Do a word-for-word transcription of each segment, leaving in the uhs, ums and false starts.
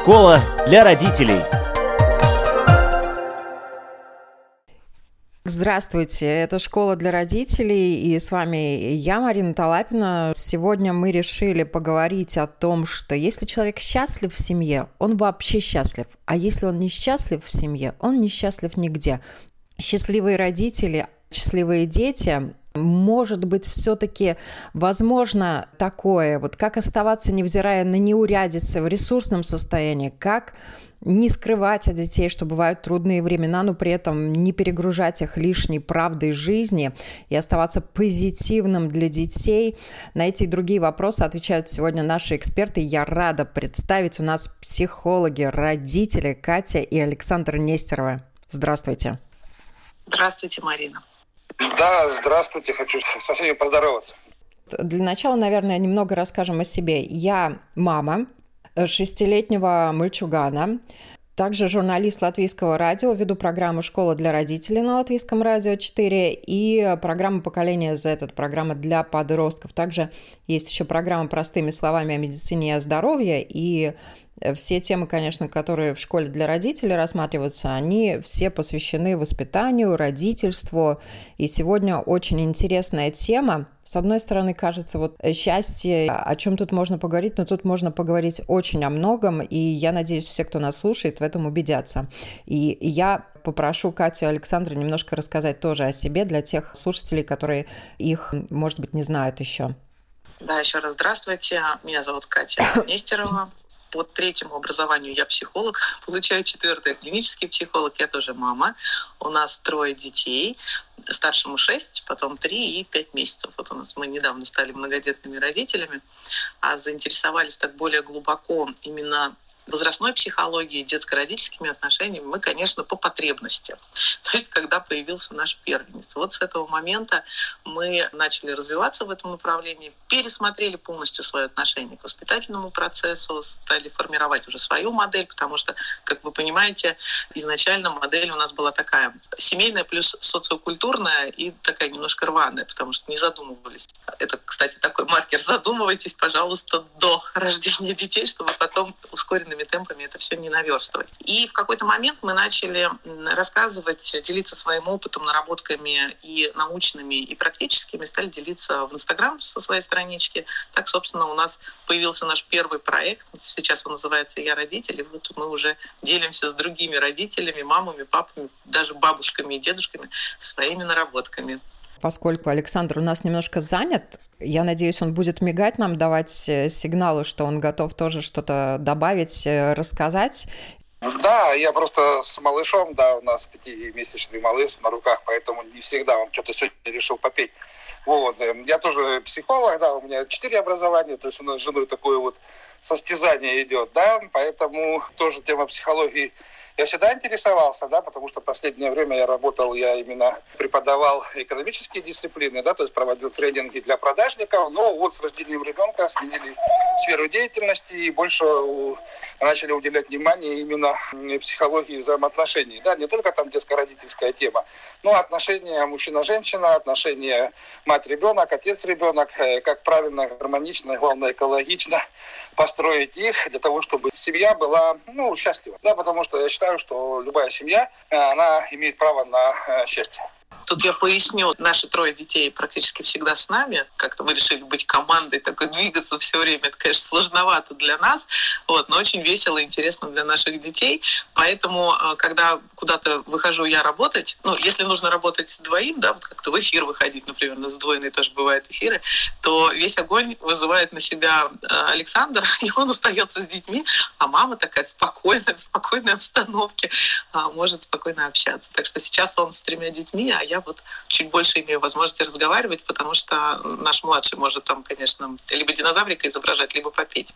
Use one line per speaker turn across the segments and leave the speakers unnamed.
Школа для родителей.
Здравствуйте, это «Школа для родителей», и с вами я, Марина Талапина. Сегодня мы решили поговорить о том, что если человек счастлив в семье, он вообще счастлив, а если он несчастлив в семье, он несчастлив нигде. Счастливые родители, счастливые дети, может быть, все-таки возможно такое, вот как оставаться, невзирая на неурядицы в ресурсном состоянии, как не скрывать от детей, что бывают трудные времена, но при этом не перегружать их лишней правдой жизни и оставаться позитивным для детей. На эти и другие вопросы отвечают сегодня наши эксперты. Я рада представить у нас психологи, родители Катя и Александр Нестеровы. Здравствуйте.
Здравствуйте, Марина.
Да, здравствуйте, хочу со всеми поздороваться.
Для начала, наверное, немного расскажем о себе. Я мама шестилетнего мальчугана, также журналист Латвийского радио, веду программу «Школа для родителей» на Латвийском радио четыре и программу «Поколение Z», это программа для подростков. Также есть еще программа «Простыми словами о медицине и о здоровье», и все темы, конечно, которые в школе для родителей рассматриваются, они все посвящены воспитанию, родительству. И сегодня очень интересная тема. С одной стороны, кажется, вот счастье, о чем тут можно поговорить, но тут можно поговорить очень о многом, и я надеюсь, все, кто нас слушает, в этом убедятся. И я попрошу Катю и Александра немножко рассказать тоже о себе для тех слушателей, которые их, может быть, не знают еще.
Да, еще раз здравствуйте. Меня зовут Катя Нестерова. По третьему образованию я психолог, получаю четвертое клинический психолог, я тоже мама. У нас трое детей, старшему шесть, потом три и пять месяцев. Вот у нас мы недавно стали многодетными родителями, а заинтересовались так более глубоко именно возрастной психологией, детско-родительскими отношениями мы, конечно, по потребности. То есть, когда появился наш первенец. Вот с этого момента мы начали развиваться в этом направлении, пересмотрели полностью свое отношение к воспитательному процессу, стали формировать уже свою модель, потому что, как вы понимаете, изначально модель у нас была такая семейная плюс социокультурная и такая немножко рваная, потому что не задумывались. Это, кстати, такой маркер. Задумывайтесь, пожалуйста, до рождения детей, чтобы потом ускоренными темпами это все не наверстывать. И в какой-то момент мы начали рассказывать, делиться своим опытом, наработками и научными, и практическими, стали делиться в Инстаграм со своей странички. Так, собственно, у нас появился наш первый проект. Сейчас он называется «Я родитель». И вот мы уже делимся с другими родителями, мамами, папами, даже бабушками и дедушками своими наработками.
Поскольку Александр у нас немножко занят, я надеюсь, он будет мигать нам, давать сигналы, что он готов тоже что-то добавить, рассказать.
Да, я просто с малышом, да, у нас пятимесячный малыш на руках, поэтому не всегда он что-то сегодня решил попеть. Вот. Я тоже психолог, да, у меня четыре образования, то есть у нас с женой такое вот состязание идет, да, поэтому тоже тема психологии я всегда интересовался, да, потому что в последнее время я работал, я именно преподавал экономические дисциплины, да, то есть проводил тренинги для продажников, но вот с рождением ребенка сменили сферу деятельности и больше начали уделять внимание именно психологии взаимоотношений, да, не только там детско-родительская тема, но отношения мужчина-женщина, отношения мать-ребенок, отец-ребенок, как правильно, гармонично, главное, экологично построить их для того, чтобы семья была, ну, счастлива, да, потому что я считаю, что любая семья, она имеет право на счастье.
Тут я поясню, наши трое детей практически всегда с нами. Как-то мы решили быть командой, такой двигаться все время. Это, конечно, сложновато для нас, вот, но очень весело и интересно для наших детей. Поэтому, когда куда-то выхожу я работать, ну, если нужно работать двоим, да, вот как-то в эфир выходить, например, на сдвоенные тоже бывают эфиры, то весь огонь вызывает на себя Александр, и он остается с детьми, а мама такая спокойная, в спокойной обстановке, может спокойно общаться. Так что сейчас он с тремя детьми, а я вот чуть больше имею возможности разговаривать, потому что наш младший может там, конечно, либо динозаврика изображать, либо попеть.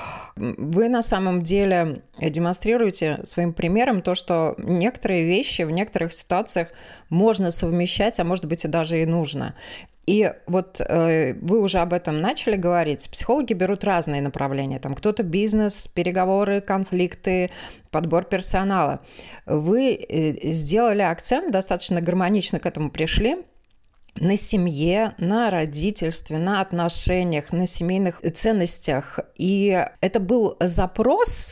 Вы на самом деле демонстрируете своим примером то, что некоторые вещи в некоторых ситуациях можно совмещать, а может быть и даже и нужно. И вот э, вы уже об этом начали говорить. Психологи берут разные направления. Там кто-то бизнес, переговоры, конфликты, подбор персонала. Вы э, сделали акцент, достаточно гармонично к этому пришли, на семье, на родительстве, на отношениях, на семейных ценностях. И это был запрос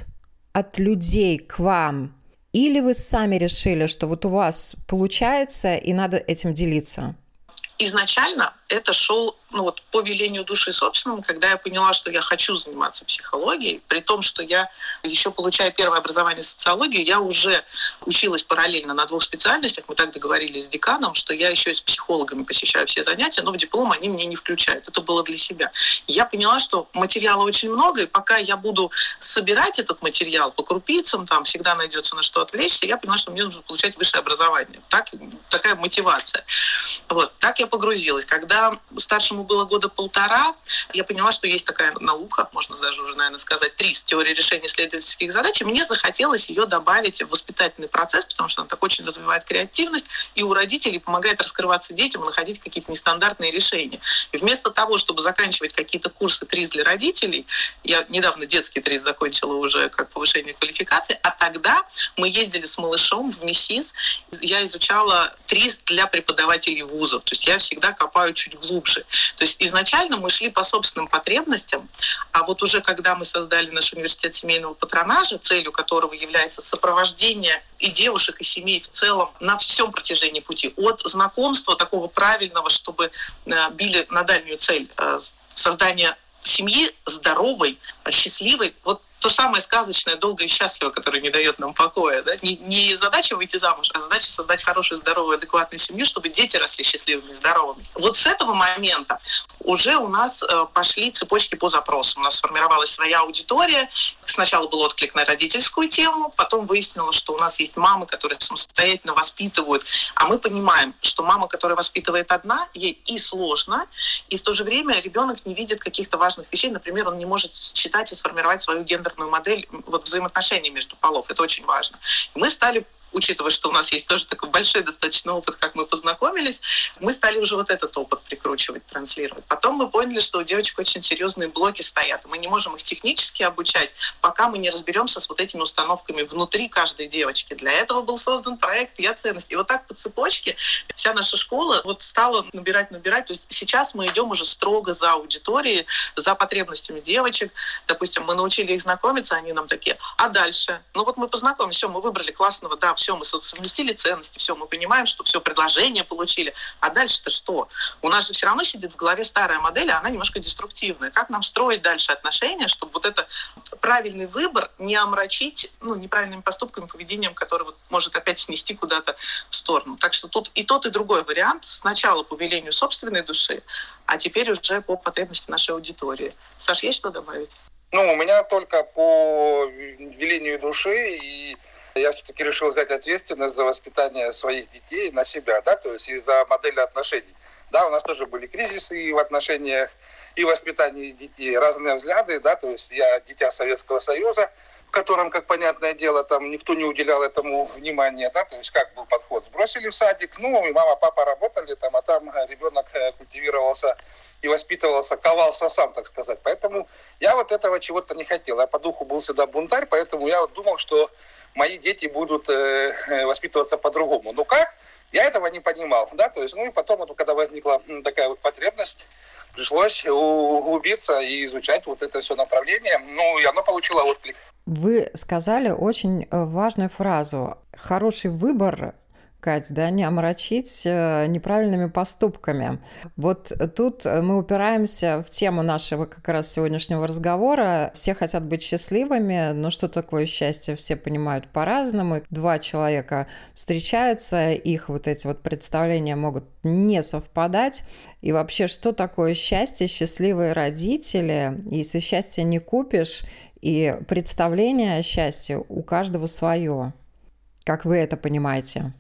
от людей к вам? Или вы сами решили, что вот у вас получается и надо этим делиться?
Изначально это шел ну, вот, по велению души собственному, когда я поняла, что я хочу заниматься психологией, при том, что я еще получая первое образование социологии, я уже училась параллельно на двух специальностях. Мы так договорились с деканом, что я еще и с психологами посещаю все занятия, но в диплом они мне не включают. Это было для себя. Я поняла, что материала очень много, и пока я буду собирать этот материал по крупицам, там всегда найдется на что отвлечься, я поняла, что мне нужно получать высшее образование. Так, такая мотивация. Вот, так я погрузилась. Когда старшему было года полтора, я поняла, что есть такая наука, можно даже уже, наверное, сказать, ТРИС, теория решения исследовательских задач, и мне захотелось ее добавить в воспитательный процесс, потому что она так очень развивает креативность, и у родителей помогает раскрываться детям и находить какие-то нестандартные решения. И вместо того, чтобы заканчивать какие-то курсы ТРИС для родителей, я недавно детский ТРИС закончила уже как повышение квалификации, а тогда мы ездили с малышом в МИСИС, я изучала ТРИС для преподавателей вузов, то есть я всегда копаю чуть глубже. То есть изначально мы шли по собственным потребностям, а вот уже когда мы создали наш университет семейного патронажа, целью которого является сопровождение и девушек, и семей в целом на всем протяжении пути, от знакомства такого правильного, чтобы били на дальнюю цель создания семьи здоровой, счастливой, вот то самое сказочное, долгое и счастливое, которое не дает нам покоя. Да? Не, не задача выйти замуж, а задача создать хорошую, здоровую, адекватную семью, чтобы дети росли счастливыми и здоровыми. Вот с этого момента уже у нас э, пошли цепочки по запросам. У нас сформировалась своя аудитория. Сначала был отклик на родительскую тему, потом выяснилось, что у нас есть мамы, которые самостоятельно воспитывают. А мы понимаем, что мама, которая воспитывает одна, ей и сложно, и в то же время ребенок не видит каких-то важных вещей. Например, он не может считать и сформировать свою гендерную модель вот, взаимоотношений между полов. Это очень важно. Мы стали, учитывая, что у нас есть тоже такой большой достаточно опыт, как мы познакомились, мы стали уже вот этот опыт прикручивать, транслировать. Потом мы поняли, что у девочек очень серьезные блоки стоят. Мы не можем их технически обучать, пока мы не разберемся с вот этими установками внутри каждой девочки. Для этого был создан проект «Я ценность». И вот так по цепочке вся наша школа вот стала набирать, набирать. То есть сейчас мы идем уже строго за аудиторией, за потребностями девочек. Допустим, мы научили их знакомиться, они нам такие, а дальше? Ну вот мы познакомились, все, мы выбрали классного, да, все, мы совместили ценности, все, мы понимаем, что все, предложения получили. А дальше-то что? У нас же все равно сидит в голове старая модель, а она немножко деструктивная. Как нам строить дальше отношения, чтобы вот это правильный выбор не омрачить ну, неправильными поступками, поведением, которое вот может опять снести куда-то в сторону. Так что тут и тот, и другой вариант. Сначала по велению собственной души, а теперь уже по потребности нашей аудитории. Саш, есть что добавить?
Ну, у меня только по велению души, и я все-таки решил взять ответственность за воспитание своих детей на себя, да, то есть и за модель отношений. Да, у нас тоже были кризисы и в отношениях, и в воспитании детей, разные взгляды, да, то есть я дитя Советского Союза, в котором, как понятное дело, там никто не уделял этому внимания, да, то есть как был подход, сбросили в садик, ну, и мама, папа работали там, а там ребенок культивировался и воспитывался, ковался сам, так сказать. Поэтому я вот этого чего-то не хотел. Я по духу был всегда бунтарь, поэтому я вот думал, что мои дети будут э, воспитываться по-другому. Ну как? Я этого не понимал, да, то есть, ну и потом, вот, когда возникла такая вот потребность, пришлось углубиться и изучать вот это все направление, ну и оно получило отклик.
Вы сказали очень важную фразу. Хороший выбор, Кать, да, не омрачить неправильными поступками. Вот тут мы упираемся в тему нашего как раз сегодняшнего разговора. Все хотят быть счастливыми, но что такое счастье, все понимают по-разному. Два человека встречаются, их вот эти вот представления могут не совпадать. И вообще, что такое счастье, счастливые родители? Если счастье не купишь, и представление о счастье у каждого свое. Как вы это понимаете?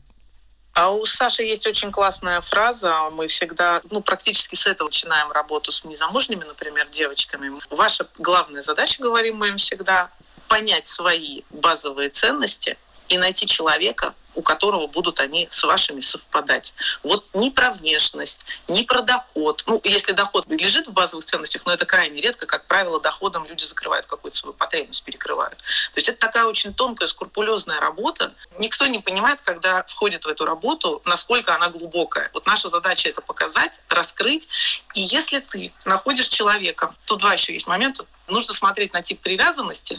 А у Саши есть очень классная фраза. Мы всегда, ну, практически с этого начинаем работу с незамужними, например, девочками. Ваша главная задача, говорим мы им всегда, понять свои базовые ценности и найти человека, у которого будут они с вашими совпадать. Вот ни про внешность, ни про доход. Ну, если доход лежит в базовых ценностях, но это крайне редко, как правило, доходом люди закрывают какую-то свою потребность, перекрывают. То есть это такая очень тонкая, скрупулезная работа. Никто не понимает, когда входит в эту работу, насколько она глубокая. Вот наша задача это показать, раскрыть. И если ты находишь человека, тут два еще есть момента, нужно смотреть на тип привязанности,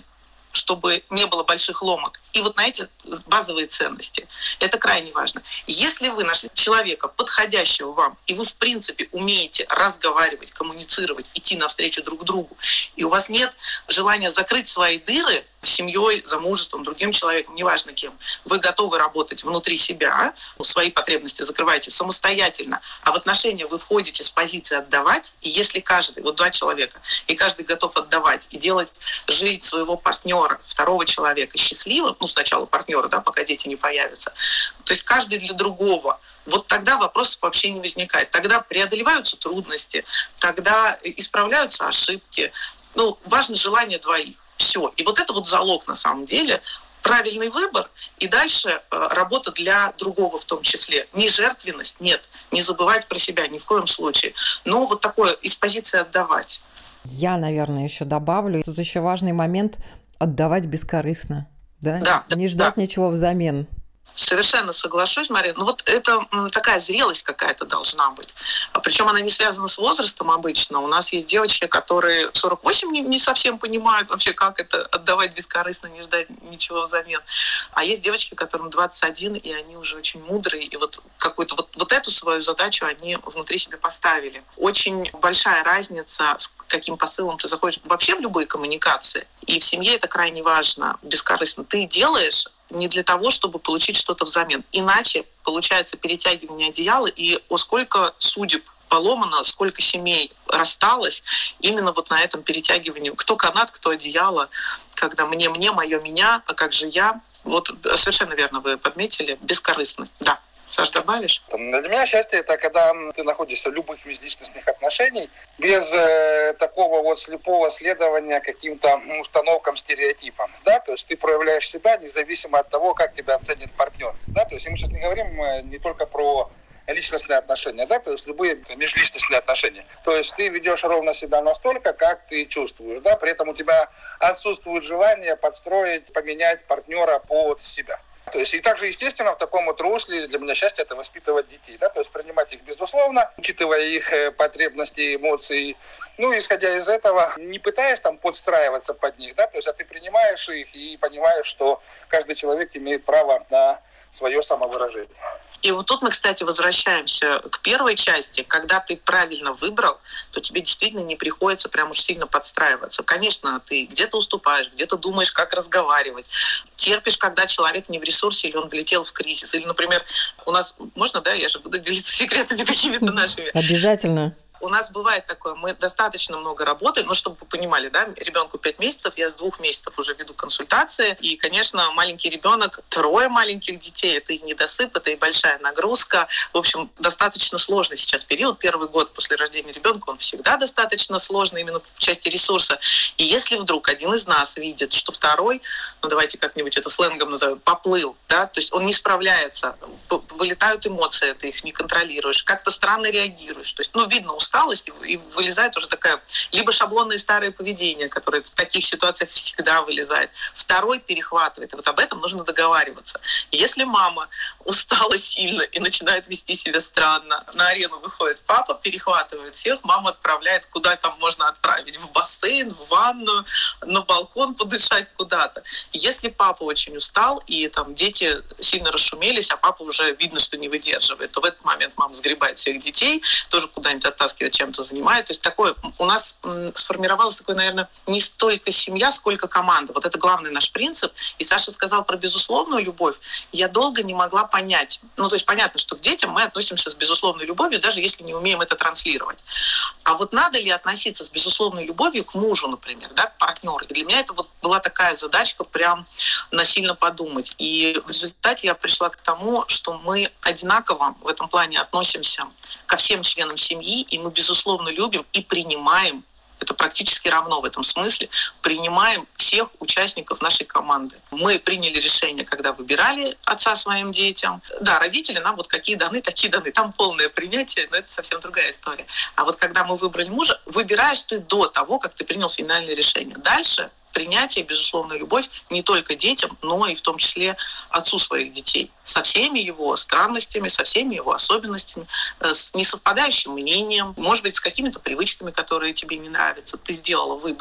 чтобы не было больших ломок. И вот на эти базовые ценности. Это крайне важно. Если вы нашли человека, подходящего вам, и вы, в принципе, умеете разговаривать, коммуницировать, идти навстречу друг другу, и у вас нет желания закрыть свои дыры семьей, замужеством, другим человеком, неважно кем, вы готовы работать внутри себя, свои потребности закрываете самостоятельно, а в отношения вы входите с позиции отдавать, и если каждый, вот два человека, и каждый готов отдавать и делать жизнь своего партнера, второго человека счастливым, ну, сначала партнера, да, пока дети не появятся, то есть каждый для другого, вот тогда вопросов вообще не возникает. Тогда преодолеваются трудности, тогда исправляются ошибки. Ну, важно желание двоих. Все. И вот это вот залог на самом деле. Правильный выбор и дальше э, работа для другого в том числе. Не жертвенность, нет. Не забывать про себя ни в коем случае. Но вот такое из позиции отдавать.
Я, наверное, еще добавлю. Тут еще важный момент – отдавать бескорыстно. Да?
Да,
не ждать
да.
ничего взамен.
Совершенно соглашусь, Марина. Ну вот это такая зрелость какая-то должна быть. Причем она не связана с возрастом обычно. У нас есть девочки, которые в сорок восемь не, не совсем понимают вообще, как это отдавать бескорыстно, не ждать ничего взамен. А есть девочки, которым двадцать один, и они уже очень мудрые. И вот какую-то вот, вот эту свою задачу они внутри себя поставили. Очень большая разница, с каким посылом ты заходишь вообще в любые коммуникации. И в семье это крайне важно, бескорыстно. Ты делаешь не для того, чтобы получить что-то взамен. Иначе получается перетягивание одеяла, и о, сколько судеб поломано, сколько семей рассталось именно вот на этом перетягивании. Кто канат, кто одеяло, когда мне-мне, мое меня, а как же я. Вот совершенно верно вы подметили, бескорыстно, да. Саш, добавишь?
Для меня счастье – это когда ты находишься в любых межличностных отношениях без э, такого вот слепого следования каким-то установкам, стереотипам. Да? То есть ты проявляешь себя независимо от того, как тебя оценит партнер. Да? То есть мы сейчас не говорим не только про личностные отношения, да, то есть любые межличностные отношения. То есть ты ведешь ровно себя настолько, как ты чувствуешь, да, при этом у тебя отсутствует желание подстроить, поменять партнера под себя. То есть и также, естественно, в таком вот русле для меня счастье – это воспитывать детей, да, то есть принимать их безусловно, учитывая их потребности, эмоции, ну, исходя из этого, не пытаясь там подстраиваться под них, да, то есть а ты принимаешь их и понимаешь, что каждый человек имеет право на свое самовыражение.
И вот тут мы, кстати, возвращаемся к первой части. Когда ты правильно выбрал, то тебе действительно не приходится прям уж сильно подстраиваться. Конечно, ты где-то уступаешь, где-то думаешь, как разговаривать. Терпишь, когда человек не в ресурсе или он влетел в кризис. Или, например, у нас... Можно, да? Я же буду делиться секретами какими-то нашими.
Обязательно.
У нас бывает такое, мы достаточно много работаем, ну, чтобы вы понимали, да, ребенку пять месяцев, я с двух месяцев уже веду консультации, и, конечно, маленький ребенок, трое маленьких детей, это и недосып, это и большая нагрузка, в общем, достаточно сложный сейчас период, первый год после рождения ребенка, он всегда достаточно сложный именно в части ресурса, и если вдруг один из нас видит, что второй, ну, давайте как-нибудь это сленгом назовем, поплыл, да, то есть он не справляется, вылетают эмоции, ты их не контролируешь, как-то странно реагируешь, то есть, ну, видно, усталость, и вылезает уже такая либо шаблонное старое поведение, которое в таких ситуациях всегда вылезает. Второй перехватывает. И вот об этом нужно договариваться. Если мама устала сильно и начинает вести себя странно, на арену выходит папа, перехватывает всех, мама отправляет, куда там можно отправить. В бассейн, в ванную, на балкон подышать куда-то. Если папа очень устал, и там дети сильно расшумелись, а папа уже видно, что не выдерживает, то в этот момент мама сгребает всех детей, тоже куда-нибудь оттаскивает, чем-то занимает. То есть такое у нас м, сформировалась такое, наверное, не столько семья, сколько команда. Вот это главный наш принцип. И Саша сказал про безусловную любовь. Я долго не могла понять. Ну, то есть понятно, что к детям мы относимся с безусловной любовью, даже если не умеем это транслировать. А вот надо ли относиться с безусловной любовью к мужу, например, да, к партнеру? И для меня это вот была такая задачка прям насильно подумать. И в результате я пришла к тому, что мы одинаково в этом плане относимся ко всем членам семьи, и мы, безусловно, любим и принимаем, это практически равно в этом смысле, принимаем всех участников нашей команды. Мы приняли решение, когда выбирали отца своим детям. Да, родители нам вот какие даны, такие даны. Там полное принятие, но это совсем другая история. А вот когда мы выбрали мужа, выбираешь ты до того, как ты принял финальное решение. Дальше принятие, безусловно, любовь не только детям, но и в том числе отцу своих детей. Со всеми его странностями, со всеми его особенностями, с несовпадающим мнением, может быть, с какими-то привычками, которые тебе не нравятся. Ты сделала выбор,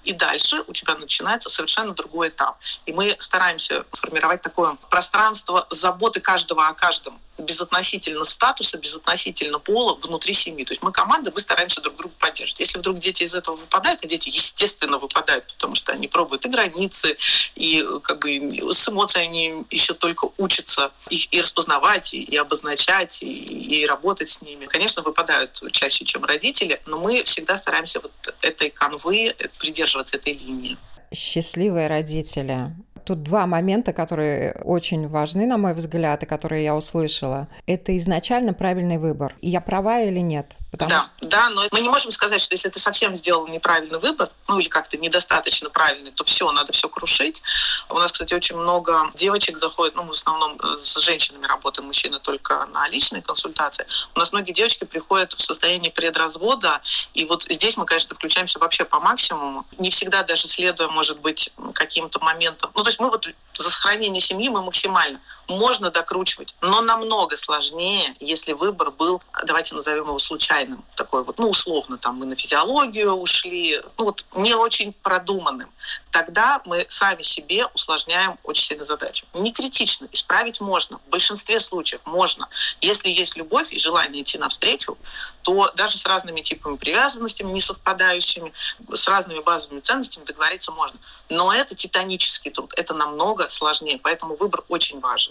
и дальше у тебя начинается совершенно другой этап. И мы стараемся сформировать такое пространство заботы каждого о каждом, безотносительно статуса, безотносительно пола внутри семьи. То есть мы команда, мы стараемся друг друга поддерживать. Если вдруг дети из этого выпадают, а дети, естественно, выпадают, потому что они пробуют и границы, и как бы с эмоциями они еще только учатся их и распознавать, и, и обозначать, и, и работать с ними. Конечно, выпадают чаще, чем родители, но мы всегда стараемся вот этой канвы, придерживаться этой линии.
Счастливые родители. Тут два момента, которые очень важны, на мой взгляд, и которые я услышала. Это изначально правильный выбор. И я права или нет? Потому
да,
что...
да, но мы не можем сказать, что если ты совсем сделал неправильный выбор, ну или как-то недостаточно правильный, то все, надо все крушить. У нас, кстати, очень много девочек заходит, ну, мы в основном с женщинами работаем, мужчины только на личной консультации. У нас многие девочки приходят в состоянии предразвода, и вот здесь мы, конечно, включаемся вообще по максимуму. Не всегда даже следуя, может быть, каким-то моментам. Ну, то есть мы вот за сохранение семьи мы максимально. Можно докручивать, но намного сложнее, если выбор был, давайте назовем его случайным, такой вот, ну, условно, там, мы на физиологию ушли, ну, вот, не очень продуманным. Тогда мы сами себе усложняем очень сильно задачу. Не критично, исправить можно, в большинстве случаев можно. Если есть любовь и желание идти навстречу, то даже с разными типами привязанностями, не совпадающими, с разными базовыми ценностями договориться можно. Но это титанический труд, это намного сложнее, поэтому выбор очень важен.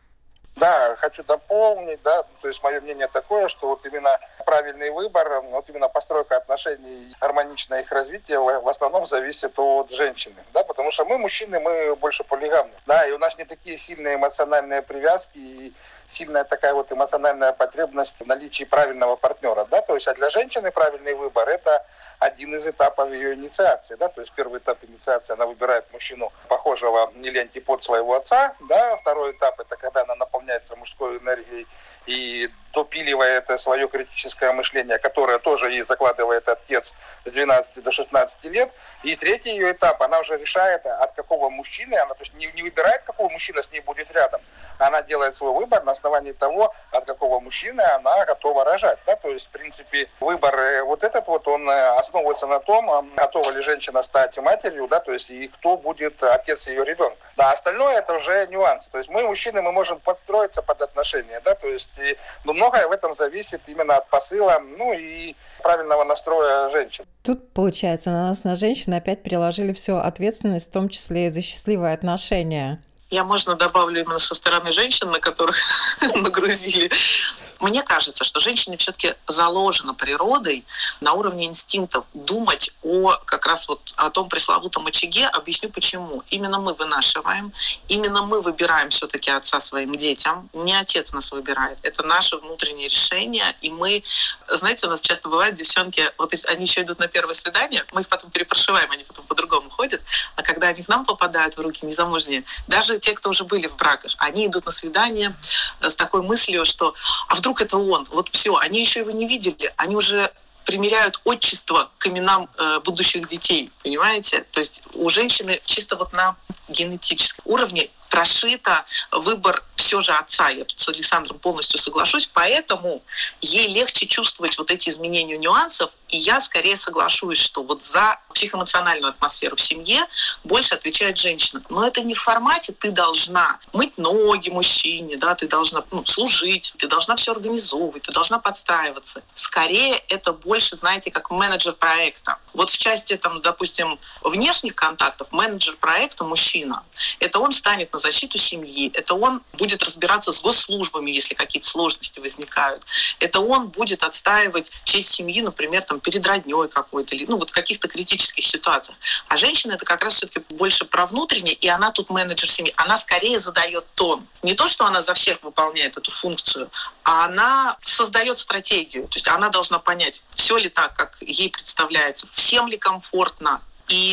Да, хочу дополнить, да, то есть мое мнение такое, что вот именно правильный выбор, вот именно постройка отношений, гармоничное их развитие в основном зависит от женщины, да, потому что мы, мужчины, мы больше полигамны, да, и у нас не такие сильные эмоциональные привязки и сильная такая вот эмоциональная потребность в наличии правильного партнера, да, то есть а для женщины правильный выбор – это один из этапов ее инициации, да, то есть первый этап инициации, она выбирает мужчину, похожего или антипод своего отца, да, второй этап – это когда она наполняется мужской энергией и допиливает свое критическое мышление, которое тоже ей закладывает отец с двенадцати до шестнадцати лет, и третий ее этап, она уже решает, от какого мужчины, она то есть не, не выбирает, какой мужчина с ней будет рядом, она делает свой выбор на основании того, от какого мужчины она готова рожать, да, то есть, в принципе, выбор вот этот вот, он основывается на том, готова ли женщина стать матерью, да, то есть, и кто будет отец ее ребенка. Да, остальное это уже нюансы, то есть, мы, мужчины, мы можем подстроиться под отношения, да, то есть, и, но многое в этом зависит именно от посыла, ну, и правильного настроя женщин.
Тут, получается, на нас, на женщин, опять переложили всю ответственность, в том числе и за счастливые отношения.
Я, можно, добавлю именно со стороны женщин, на которых нагрузили. Мне кажется, что женщине все-таки заложено природой на уровне инстинктов думать о как раз вот о том пресловутом очаге. Объясню почему. Именно мы вынашиваем, именно мы выбираем все-таки отца своим детям. Не отец нас выбирает. Это наше внутреннее решение. И мы, знаете, у нас часто бывает, девчонки, вот они еще идут на первое свидание, мы их потом перепрошиваем, они потом по-другому ходят. А когда они к нам попадают в руки незамужние, даже те, кто уже были в браках, они идут на свидание с такой мыслью, что а вдруг это он, вот все, они еще его не видели, они уже примеряют отчество к именам э, будущих детей, понимаете? То есть у женщины чисто вот на генетическом уровне прошито выбор все же отца. Я тут с Александром полностью соглашусь, поэтому ей легче чувствовать вот эти изменения нюансов, и я скорее соглашусь, что вот за психоэмоциональную атмосферу в семье больше отвечает женщина. Но это не в формате «ты должна мыть ноги мужчине», да, ты должна ну, служить, ты должна все организовывать, ты должна подстраиваться. Скорее это больше, знаете, как менеджер проекта. Вот в части, там, допустим, внешних контактов менеджер проекта мужчина, это он станет на защиту семьи, это он будет разбираться с госслужбами, если какие-то сложности возникают, это он будет отстаивать честь семьи, например, там, перед роднёй какой-то, или ну, вот в каких-то критических ситуациях. А женщина это как раз все-таки больше про внутреннее, и она тут менеджер семьи, она скорее задает тон. Не то, что она за всех выполняет эту функцию, а она создает стратегию, то есть она должна понять, все ли так, как ей представляется, всем ли комфортно. И,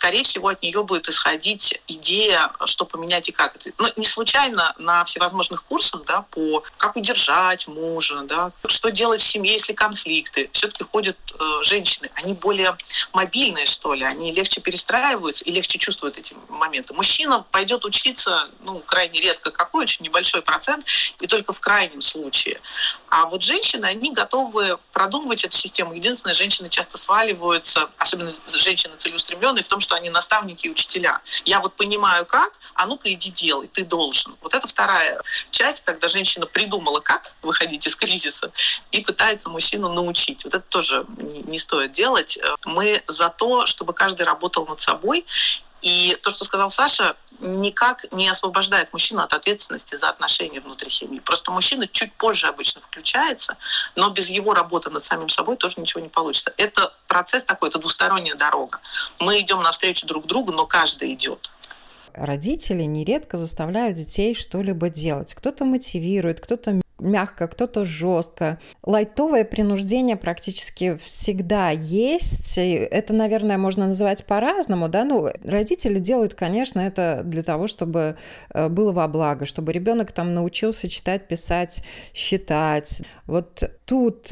скорее всего, от нее будет исходить идея, что поменять и как. Ну, не случайно на всевозможных курсах, да, по как удержать мужа, да, что делать в семье, если конфликты. Все-таки ходят э, женщины, они более мобильные, что ли, они легче перестраиваются и легче чувствуют эти моменты. Мужчина пойдет учиться, ну, крайне редко какой, очень небольшой процент, и только в крайнем случае. А вот женщины, они готовы продумывать эту систему. Единственное, женщины часто сваливаются, особенно женщины целеустремленные, в том, что они наставники и учителя. Я вот понимаю как, а ну-ка иди делай, ты должен. Вот это вторая часть, когда женщина придумала, как выходить из кризиса, и пытается мужчину научить. Вот это тоже не стоит делать. Мы за то, чтобы каждый работал над собой. И то, что сказал Саша, никак не освобождает мужчину от ответственности за отношения внутри семьи. Просто мужчина чуть позже обычно включается, но без его работы над самим собой тоже ничего не получится. Это процесс такой, это двусторонняя дорога. Мы идем навстречу друг другу, но каждый идет.
Родители нередко заставляют детей что-либо делать. Кто-то мотивирует, кто-то мягко, кто-то жестко. Лайтовое принуждение практически всегда есть. Это, наверное, можно называть по-разному, да, ну, родители делают, конечно, это для того, чтобы было во благо, чтобы ребенок там научился читать, писать, считать. Вот тут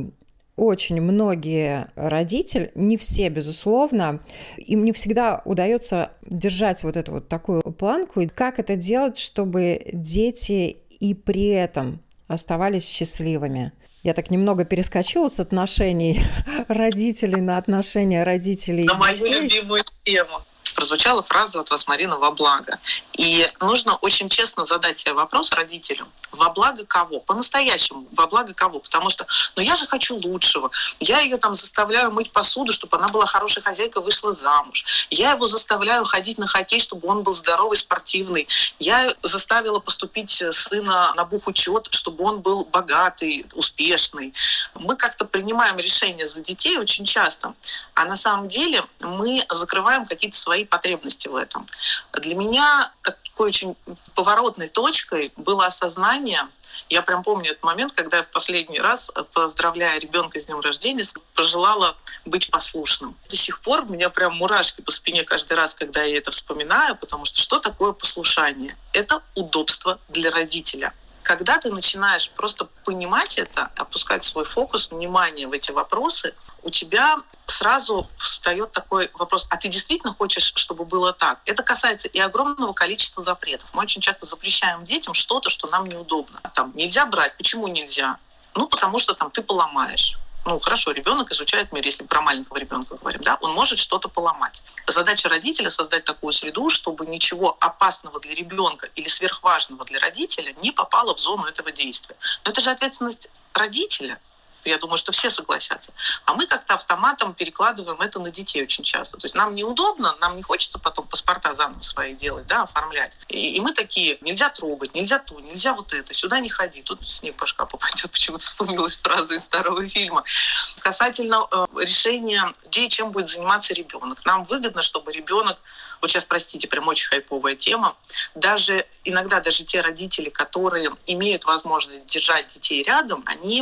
очень многие родители, не все, безусловно, им не всегда удается держать вот эту вот такую планку. И как это делать, чтобы дети и при этом оставались счастливыми? Я так немного перескочила с отношений родителей на отношения родителей и
детей. На мою любимую тему. Прозвучала фраза от вас, Марина, «во благо». И нужно очень честно задать себе вопрос родителям. Во благо кого? По-настоящему. Во благо кого? Потому что, ну я же хочу лучшего. Я ее там заставляю мыть посуду, чтобы она была хорошей хозяйкой, вышла замуж. Я его заставляю ходить на хоккей, чтобы он был здоровый, спортивный. Я заставила поступить сына на бухучет, чтобы он был богатый, успешный. Мы как-то принимаем решения за детей очень часто. А на самом деле мы закрываем какие-то свои потребности в этом. Для меня такой очень поворотной точкой было осознание. Я прям помню этот момент, когда я в последний раз, поздравляя ребенка с днем рождения, пожелала быть послушным. До сих пор у меня прям мурашки по спине каждый раз, когда я это вспоминаю, потому что что такое послушание? Это удобство для родителя. Когда ты начинаешь просто понимать это, опускать свой фокус, внимание в эти вопросы, у тебя сразу встает такой вопрос: а ты действительно хочешь, чтобы было так? Это касается и огромного количества запретов. Мы очень часто запрещаем детям что-то, что нам неудобно. Там нельзя брать. Почему нельзя? Ну, потому что там ты поломаешь. Ну, хорошо, ребенок изучает мир, если про маленького ребенка говорим, да, он может что-то поломать. Задача родителя — создать такую среду, чтобы ничего опасного для ребенка или сверхважного для родителя не попало в зону этого действия. Но это же ответственность родителя. Я думаю, что все согласятся. А мы как-то автоматом перекладываем это на детей очень часто. То есть нам неудобно, нам не хочется потом паспорта заново свои делать, да, оформлять. И, и мы такие: нельзя трогать, нельзя то, нельзя вот это, сюда не ходи, тут снег башка попадет. Почему-то вспомнилась фраза из старого фильма. Касательно э, решения, где и чем будет заниматься ребенок. Нам выгодно, чтобы ребенок, вот сейчас, простите, прям очень хайповая тема, даже иногда даже те родители, которые имеют возможность держать детей рядом, они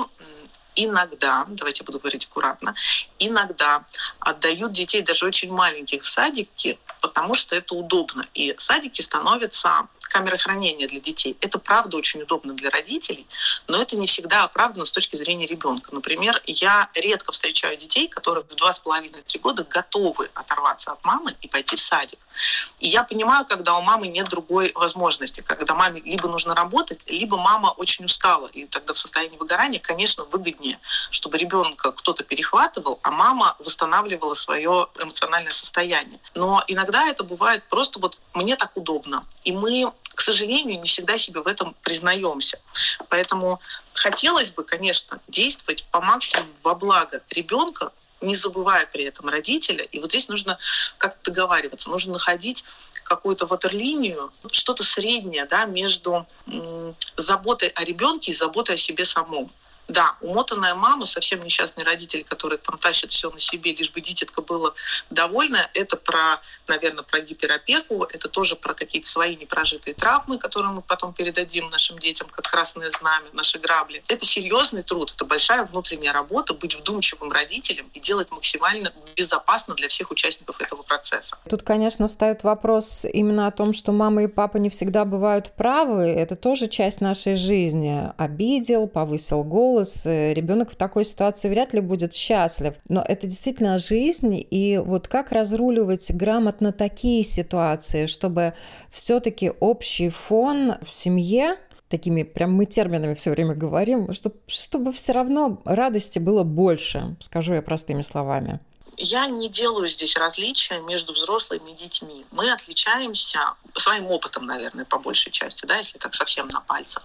иногда, давайте я буду говорить аккуратно, иногда отдают детей, даже очень маленьких, в садики, потому что это удобно. И садики становятся камерой хранения для детей. Это правда очень удобно для родителей, но это не всегда оправдано с точки зрения ребенка. Например, я редко встречаю детей, которые в два с половиной-три года готовы оторваться от мамы и пойти в садик. И я понимаю, когда у мамы нет другой возможности, когда маме либо нужно работать, либо мама очень устала, и тогда в состоянии выгорания, конечно, выгоднее, чтобы ребенка кто-то перехватывал, а мама восстанавливала свое эмоциональное состояние. Но иногда это бывает просто вот мне так удобно. И мы, к сожалению, не всегда себе в этом признаемся. Поэтому хотелось бы, конечно, действовать по максимуму во благо ребенка, не забывая при этом родителя. И вот здесь нужно как-то договариваться, нужно находить какую-то ватерлинию, что-то среднее, да, между м- заботой о ребенке и заботой о себе самом. Да, умотанная мама, совсем несчастный родитель, который там тащит все на себе, лишь бы дитятка была довольна, это про, наверное, про гиперопеку, это тоже про какие-то свои непрожитые травмы, которые мы потом передадим нашим детям, как красное знамя, наши грабли. Это серьезный труд, это большая внутренняя работа, быть вдумчивым родителем и делать максимально безопасно для всех участников этого процесса.
Тут, конечно, встает вопрос именно о том, что мама и папа не всегда бывают правы. Это тоже часть нашей жизни. Обидел, повысил голос. Ребенок в такой ситуации вряд ли будет счастлив. Но это действительно жизнь. И вот как разруливать грамотно такие ситуации, чтобы все-таки общий фон в семье, такими прям мы терминами все время говорим, чтобы, чтобы все равно радости было больше, скажу я простыми словами.
Я не делаю здесь различия между взрослыми и детьми. Мы отличаемся своим опытом, наверное, по большей части, да, если так совсем на пальцах.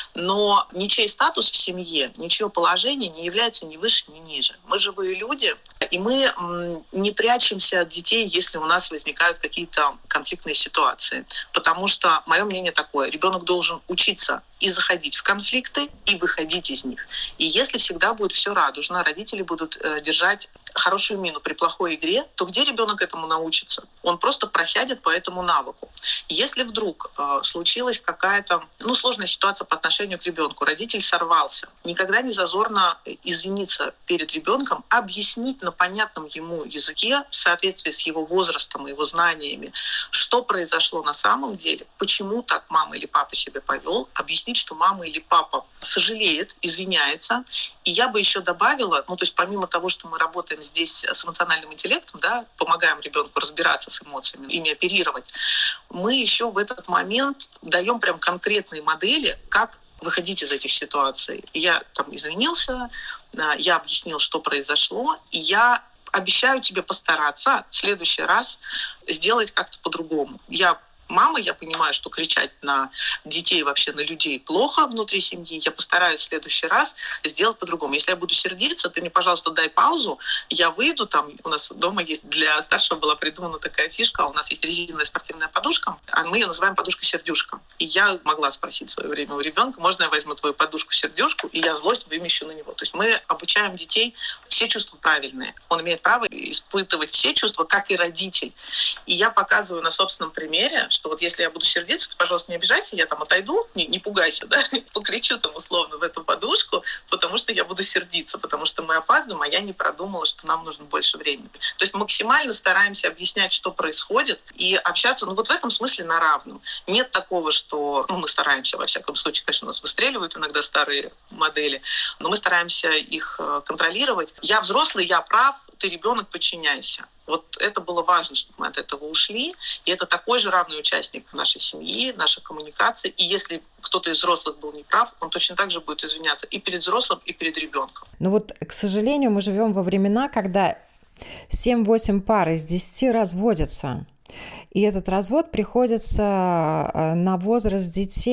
Но ничей статус в семье, ничье положение не является ни выше, ни ниже. Мы живые люди, и мы не прячемся от детей, если у нас возникают какие-то конфликтные ситуации. Потому что, мое мнение такое, ребенок должен учиться и заходить в конфликты, и выходить из них. И если всегда будет все радужно, родители будут э, держать хорошую мину при плохой игре, то где ребенок этому научится? Он просто просядет по этому навыку. Если вдруг э, случилась какая-то ну, сложная ситуация по отношению к ребенку, родитель сорвался, никогда не зазорно извиниться перед ребенком, объяснить на понятном ему языке, в соответствии с его возрастом и его знаниями, что произошло на самом деле, почему так мама или папа себя повел, объяснить, что мама или папа сожалеет, извиняется. И я бы еще добавила, ну, то есть помимо того, что мы работаем здесь с эмоциональным интеллектом, да, помогаем ребенку разбираться с эмоциями, ими оперировать, мы еще в этот момент даем прям конкретные модели, как выходить из этих ситуаций. Я там извинился, я объяснил, что произошло, и я обещаю тебе постараться в следующий раз сделать как-то по-другому. Я мама, я понимаю, что кричать на детей, вообще на людей плохо внутри семьи. Я постараюсь в следующий раз сделать по-другому. Если я буду сердиться, ты мне, пожалуйста, дай паузу. Я выйду, там у нас дома есть, для старшего была придумана такая фишка, у нас есть резиновая спортивная подушка, а мы ее называем подушка-сердюшка. И я могла спросить в свое время у ребенка, можно я возьму твою подушку-сердюшку, и я злость вымещу на него. То есть мы обучаем детей все чувства правильные. Он имеет право испытывать все чувства, как и родитель. И я показываю на собственном примере, что вот если я буду сердиться, то, пожалуйста, не обижайся, я там отойду, не, не пугайся, да, покричу там условно в эту подушку, потому что я буду сердиться, потому что мы опаздываем, а я не продумала, что нам нужно больше времени. То есть максимально стараемся объяснять, что происходит, и общаться, ну вот в этом смысле на равном. Нет такого, что, ну мы стараемся, во всяком случае, конечно, у нас выстреливают иногда старые модели, но мы стараемся их контролировать. Я взрослый, я прав, ты ребенок, подчиняйся. Вот это было важно, чтобы мы от этого ушли. И это такой же равный участник нашей семьи, нашей коммуникации. И если кто-то из взрослых был неправ, он точно так же будет извиняться и перед взрослым, и перед ребенком.
Ну вот, к сожалению, мы живем во времена, когда семь-восемь пар из десяти разводятся. И этот развод приходится на возраст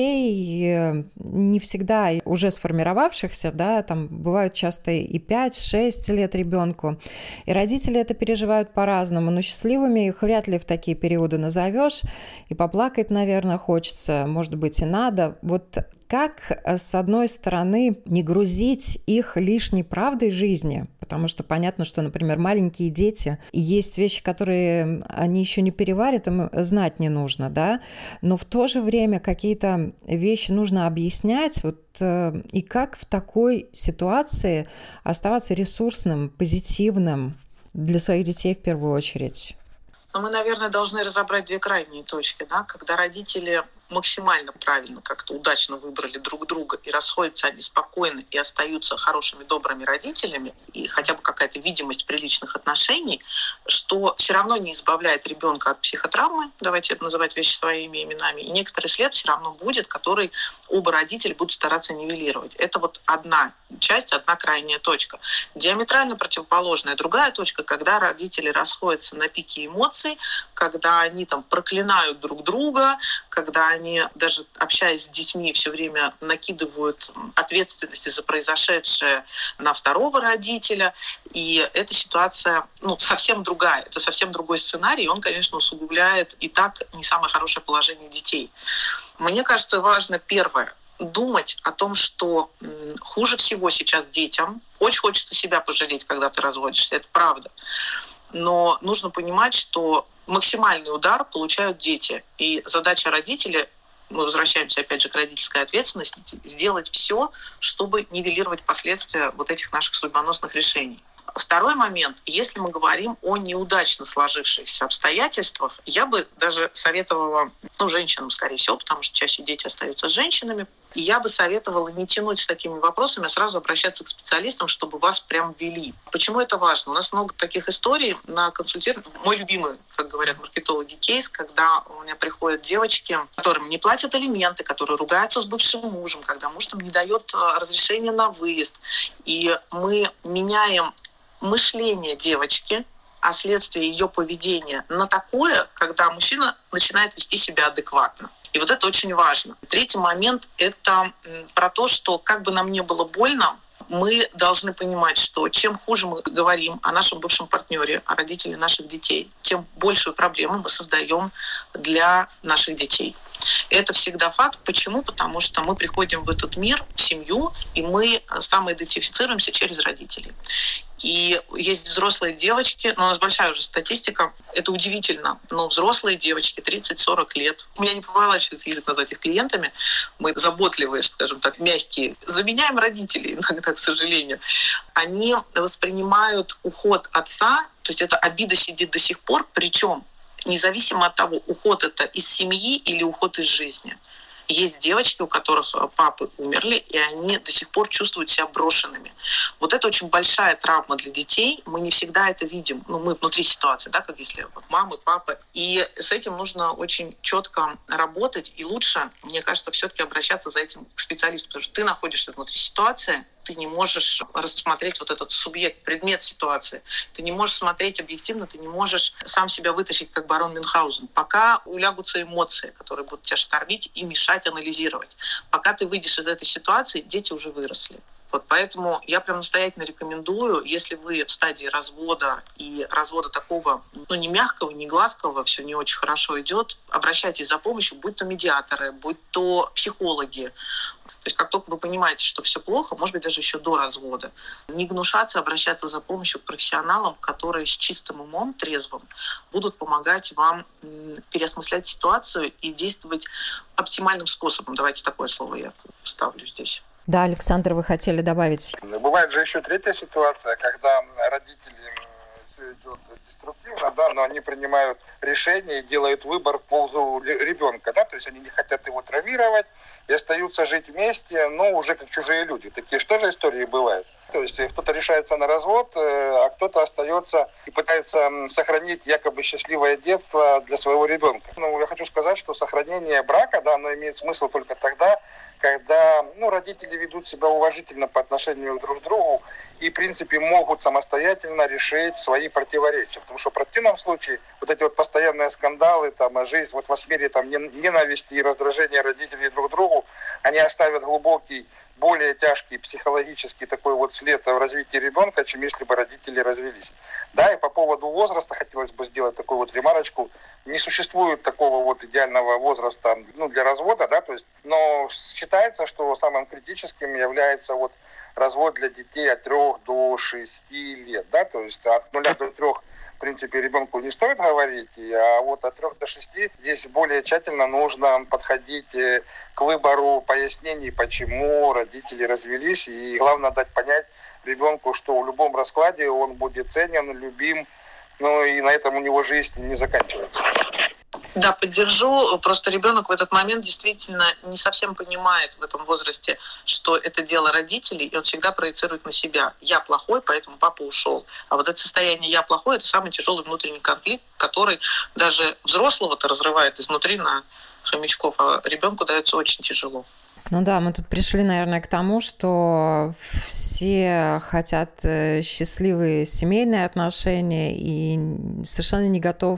детей не всегда уже сформировавшихся, да, там бывают часто и пять-шесть лет ребенку. И родители это переживают по-разному, но счастливыми их вряд ли в такие периоды назовешь. И поплакать, наверное, хочется, может быть, и надо. Вот как, с одной стороны, не грузить их лишней правдой жизни, потому что понятно, что, например, маленькие дети, есть вещи, которые они еще не переварят, им знать не нужно, да, но в то же время какие-то вещи нужно объяснять, вот, и как в такой ситуации оставаться ресурсным, позитивным для своих детей в первую очередь.
Но мы, наверное, должны разобрать две крайние точки, да, когда родители максимально правильно, как-то удачно выбрали друг друга, и расходятся они спокойно и остаются хорошими, добрыми родителями, и хотя бы какая-то видимость приличных отношений, что все равно не избавляет ребенка от психотравмы, давайте это называть вещи своими именами, и некоторый след все равно будет, который оба родителя будут стараться нивелировать. Это вот одна часть, одна крайняя точка. Диаметрально противоположная другая точка, когда родители расходятся на пике эмоций, когда они там проклинают друг друга, когда они, даже общаясь с детьми, все время накидывают ответственности за произошедшее на второго родителя. И эта ситуация ну, совсем другая. Это совсем другой сценарий, и он, конечно, усугубляет и так не самое хорошее положение детей. Мне кажется, важно первое. думать о том, что хуже всего сейчас детям. Очень хочется себя пожалеть, когда ты разводишься, это правда. Но нужно понимать, что максимальный удар получают дети. И задача родителей, мы возвращаемся опять же к родительской ответственности, сделать все, чтобы нивелировать последствия вот этих наших судьбоносных решений. Второй момент. Если мы говорим о неудачно сложившихся обстоятельствах, я бы даже советовала, ну, женщинам, скорее всего, потому что чаще дети остаются с женщинами, я бы советовала не тянуть с такими вопросами, а сразу обращаться к специалистам, чтобы вас прям ввели. Почему это важно? У нас много таких историй на консультировании. Мой любимый, как говорят маркетологи, кейс, когда у меня приходят девочки, которым не платят алименты, которые ругаются с бывшим мужем, когда муж там не дает разрешения на выезд. И мы меняем мышление девочки, а следствие ее поведения на такое, когда мужчина начинает вести себя адекватно. И вот это очень важно. Третий момент – это про то, что как бы нам не было больно, мы должны понимать, что чем хуже мы говорим о нашем бывшем партнере, о родителе наших детей, тем большую проблему мы создаем для наших детей. И это всегда факт. Почему? Потому что мы приходим в этот мир, в семью, и мы самоидентифицируемся через родителей. И есть взрослые девочки, но у нас большая уже статистика, это удивительно, но взрослые девочки тридцать-сорок лет, у меня не поворачивается язык назвать их клиентами, мы заботливые, скажем так, мягкие, заменяем родителей иногда, к сожалению, они воспринимают уход отца, то есть эта обида сидит до сих пор, причем независимо от того, уход это из семьи или уход из жизни. Есть девочки, у которых папы умерли, и они до сих пор чувствуют себя брошенными. Вот это очень большая травма для детей. Мы не всегда это видим. Ну, мы внутри ситуации, да, как если вот, мамы, папы. И с этим нужно очень четко работать. И лучше, мне кажется, все-таки обращаться за этим к специалисту, потому что ты находишься внутри ситуации, ты не можешь рассмотреть вот этот субъект, предмет ситуации. Ты не можешь смотреть объективно, ты не можешь сам себя вытащить, как барон Мюнхгаузен. Пока улягутся эмоции, которые будут тебя штормить и мешать анализировать. Пока ты выйдешь из этой ситуации, дети уже выросли. Вот поэтому я прям настоятельно рекомендую, если вы в стадии развода и развода такого, ну, не мягкого, не гладкого, все не очень хорошо идет, обращайтесь за помощью, будь то медиаторы, будь то психологи. То есть как только вы понимаете, что все плохо, может быть, даже еще до развода, не гнушаться, обращаться за помощью к профессионалам, которые с чистым умом, трезвым, будут помогать вам переосмыслять ситуацию и действовать оптимальным способом. Давайте такое слово я вставлю здесь.
Да, Александр, вы хотели добавить?
Бывает же еще третья ситуация, когда родители все идет деструктивно, да, но они принимают решение и делают выбор в пользу ребенка, да, то есть они не хотят его травмировать и остаются жить вместе, но уже как чужие люди. Такие что же истории бывают? То есть кто-то решается на развод, а кто-то остается и пытается сохранить якобы счастливое детство для своего ребенка. Ну, я хочу сказать, что сохранение брака, да, оно имеет смысл только тогда, когда, ну, родители ведут себя уважительно по отношению друг к другу и, в принципе, могут самостоятельно решить свои противоречия. Потому что в противном случае вот эти вот постоянные скандалы, там, жизнь вот в атмосфере там, ненависти и раздражения родителей друг к другу, они оставят глубокий, более тяжкий психологический такой вот след в развитии ребенка, чем если бы родители развелись. Да, и по поводу возраста хотелось бы сделать такую вот ремарочку. Не существует такого вот идеального возраста, ну, для развода, да, то есть, но считается, что самым критическим является вот развод для детей от трёх до шести лет, да, то есть от нуля до трёх, в принципе, ребенку не стоит говорить, а вот от трёх до шести здесь более тщательно нужно подходить к выбору пояснений, почему родители развелись, и главное дать понять ребенку, что в любом раскладе он будет ценен, любим, ну и на этом у него жизнь не заканчивается.
Да, поддержу. Просто ребенок в этот момент действительно не совсем понимает в этом возрасте, что это дело родителей, и он всегда проецирует на себя. Я плохой, поэтому папа ушел. А вот это состояние «я плохой» — это самый тяжелый внутренний конфликт, который даже взрослого-то разрывает изнутри на хомячков, а ребенку дается очень тяжело.
Ну да, мы тут пришли, наверное, к тому, что все хотят счастливые семейные отношения и совершенно не готов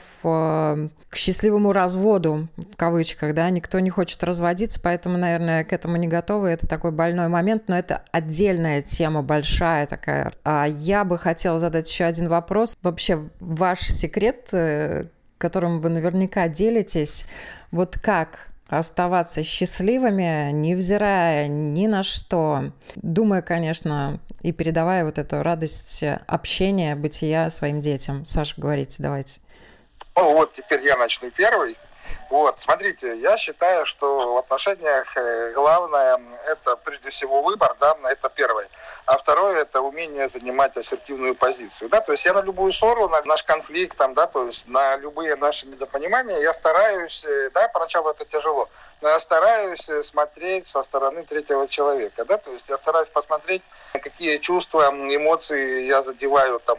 к счастливому разводу, в кавычках, да, никто не хочет разводиться, поэтому, наверное, к этому не готовы, это такой больной момент, но это отдельная тема, большая такая. А я бы хотела задать еще один вопрос. Вообще, ваш секрет, которым вы наверняка делитесь, вот как оставаться счастливыми, невзирая ни на что. Думаю, конечно, и передавая вот эту радость общения, бытия своим детям. Саша, говорите, давайте.
Ну вот, теперь я начну первый. Вот, смотрите, я считаю, что в отношениях главное – это прежде всего выбор, да, это первое. А второе – это умение занимать ассертивную позицию, да, то есть я на любую ссору, на наш конфликт, там, да, то есть на любые наши недопонимания я стараюсь, да, поначалу это тяжело, но я стараюсь смотреть со стороны третьего человека, да, то есть я стараюсь посмотреть, какие чувства, эмоции я задеваю там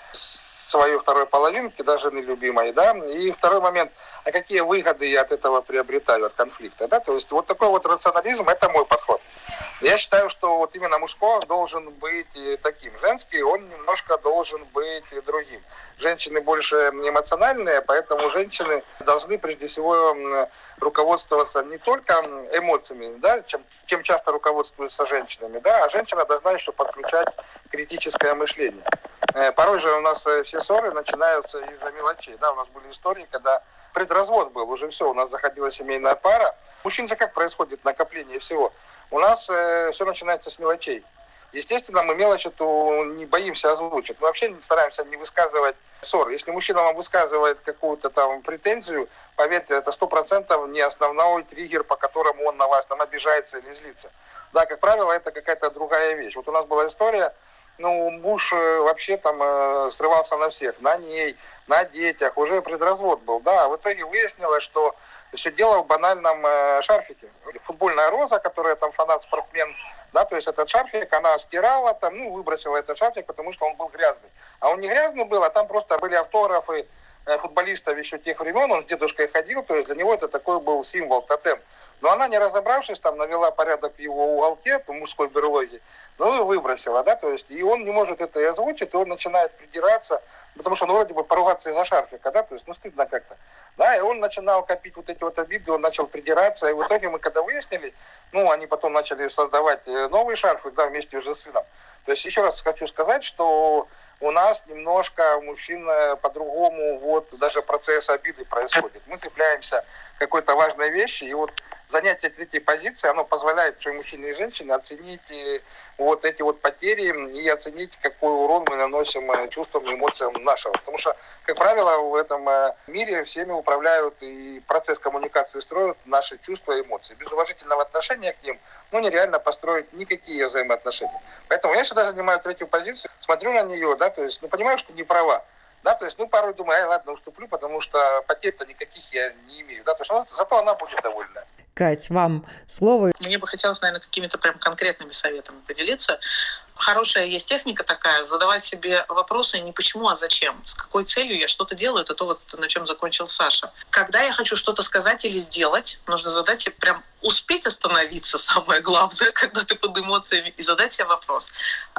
своей второй половинки, да, жены любимой, да, и второй момент, а какие выгоды я от этого приобретаю, от конфликта, да, то есть вот такой вот рационализм, это мой подход. Я считаю, что вот именно мужской должен быть таким, женский он немножко должен быть другим. Женщины больше эмоциональные, поэтому женщины должны прежде всего руководствоваться не только эмоциями, да, чем, чем часто руководствуются женщинами, да, а женщина должна еще подключать критическое мышление. Порой же у нас все ссоры начинаются из-за мелочей, да, у нас были истории, когда предразвод был, уже все, у нас заходила семейная пара. У мужчин же как происходит накопление всего? У нас э, все начинается с мелочей. Естественно, мы мелочь эту не боимся озвучить. Мы вообще стараемся не высказывать ссор. Если мужчина вам высказывает какую-то там претензию, поверьте, это сто процентов не основной триггер, по которому он на вас там обижается или злится. Да, как правило, это какая-то другая вещь. Вот у нас была история, ну, муж вообще там э, срывался на всех, на ней, на детях, уже предразвод был, да, в итоге выяснилось, что все дело в банальном э, шарфике. Футбольная роза, которая там фанат-спортсмен, да, то есть этот шарфик, она стирала там, ну, выбросила этот шарфик, потому что он был грязный. А он не грязный был, а там просто были автографы э, футболистов еще тех времен, он с дедушкой ходил, то есть для него это такой был символ, тотем. Но она, не разобравшись, там навела порядок в его уголке, в мужской берлоге, ну и выбросила, да, то есть, и он не может это и озвучить, и он начинает придираться, потому что, ну, вроде бы поругаться из-за шарфика, да, то есть, ну, стыдно как-то, да, и он начинал копить вот эти вот обиды, он начал придираться, и в итоге мы когда выяснили, ну, они потом начали создавать новый шарфик, да, вместе уже с сыном. То есть, еще раз хочу сказать, что у нас немножко мужчин по-другому, вот, даже процесс обиды происходит. Мы цепляемся к какой-то важной вещи, и вот занятие третьей позиции, оно позволяет, что и мужчине, и женщине оценить вот эти вот потери и оценить, какой урон мы наносим чувствам и эмоциям нашего. Потому что, как правило, в этом мире всеми управляют и процесс коммуникации строят наши чувства и эмоции. Без уважительного отношения к ним, ну, нереально построить никакие взаимоотношения. Поэтому я всегда занимаю третью позицию, смотрю на нее, да, то есть, ну, понимаю, что не права. Да, то есть, ну, порой думаю, ай, ладно, уступлю, потому что потерь-то никаких я не имею. Да, то есть, ну, зато она будет довольна.
Кать, вам слово.
Мне бы хотелось, наверное, какими-то прям конкретными советами поделиться. Хорошая есть техника такая, задавать себе вопросы не почему, а зачем. С какой целью я что-то делаю, это то, вот, на чем закончил Саша. Когда я хочу что-то сказать или сделать, нужно задать себе прям успеть остановиться, самое главное, когда ты под эмоциями, и задать себе вопрос.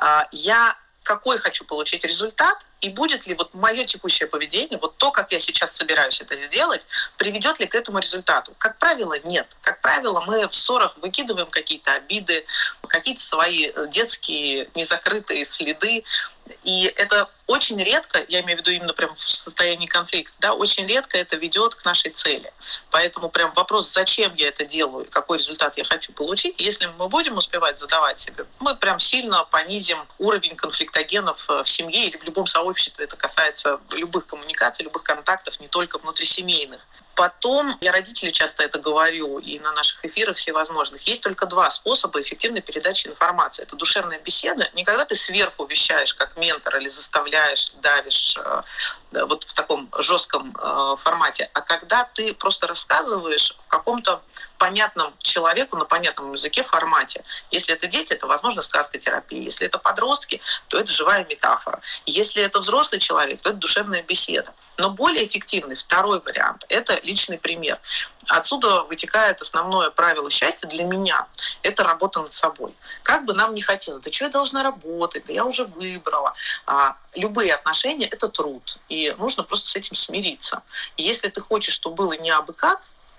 Я какой хочу получить результат, и будет ли вот мое текущее поведение, вот то, как я сейчас собираюсь это сделать, приведет ли к этому результату? Как правило, нет. Как правило, мы в ссорах выкидываем какие-то обиды, какие-то свои детские незакрытые следы. И это очень редко, я имею в виду именно прям в состоянии конфликта, да, очень редко это ведет к нашей цели. Поэтому прям вопрос, зачем я это делаю, какой результат я хочу получить, если мы будем успевать задавать себе, мы прям сильно понизим уровень конфликтогенов в семье или в любом сообществе. Это касается любых коммуникаций, любых контактов, не только внутрисемейных. Потом, я родителям часто это говорю, и на наших эфирах всевозможных, есть только два способа эффективной передачи информации. Это душевная беседа. Не когда ты сверху вещаешь, как ментор, или заставляешь, давишь э, вот в таком жестком э, формате, а когда ты просто рассказываешь в каком-то понятном человеку, на понятном языке формате. Если это дети, это, возможно, сказкотерапия. Если это подростки, то это живая метафора. Если это взрослый человек, то это душевная беседа. Но более эффективный второй вариант – это личный пример. Отсюда вытекает основное правило счастья для меня – это работа над собой. Как бы нам ни хотелось, да что я должна работать, да я уже выбрала. А, любые отношения – это труд, и нужно просто с этим смириться. И если ты хочешь, чтобы было не абы как,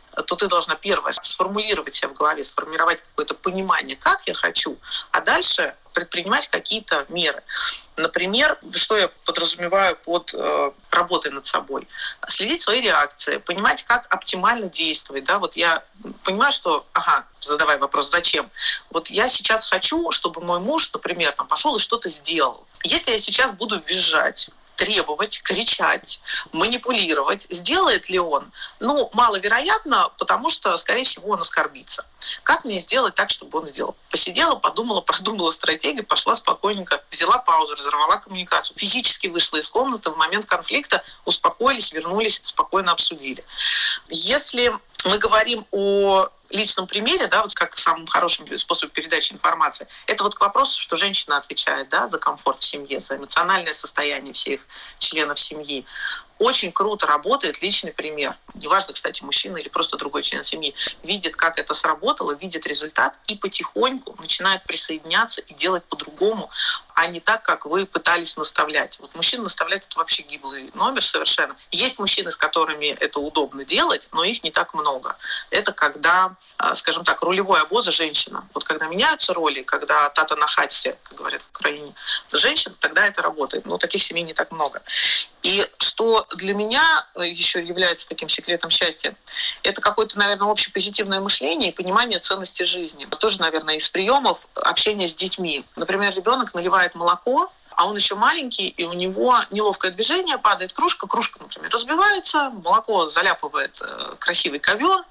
то ты должна, первое, сформулировать себя в голове, сформировать какое-то понимание, как я хочу, а дальше предпринимать какие-то меры. Например, что я подразумеваю под э, работой над собой? Следить свои реакции, понимать, как оптимально действовать. Да? Вот я понимаю, что, ага, задавай вопрос, зачем? Вот я сейчас хочу, чтобы мой муж, например, там, пошел и что-то сделал. Если я сейчас буду визжать, требовать, кричать, манипулировать, сделает ли он? Ну, маловероятно, потому что, скорее всего, он оскорбится. Как мне сделать так, чтобы он сделал? Посидела, подумала, продумала стратегию, пошла спокойненько, взяла паузу, разорвала коммуникацию, физически вышла из комнаты в момент конфликта, успокоились, вернулись, спокойно обсудили. Если мы говорим о личном примере, да, вот как самым хорошим способом передачи информации, это вот к вопросу, что женщина отвечает, да, за комфорт в семье, за эмоциональное состояние всех членов семьи. Очень круто работает личный пример. Неважно, кстати, мужчина или просто другой член семьи. Видит, как это сработало, видит результат и потихоньку начинает присоединяться и делать по-другому, а не так, как вы пытались наставлять. Вот мужчин наставлять — это вообще гиблый номер совершенно. Есть мужчины, с которыми это удобно делать, но их не так много. Это когда, скажем так, рулевой обоза женщина. Вот когда меняются роли, когда тата на хате, как говорят в Украине, женщина, тогда это работает. Но таких семей не так много. И что для меня еще является таким секретом счастья, это какое-то, наверное, общепозитивное мышление и понимание ценности жизни. Тоже, наверное, из приемов общения с детьми. Например, ребенок наливает молоко, а он еще маленький, и у него неловкое движение, падает кружка, кружка, например, разбивается, молоко заляпывает красивый ковер.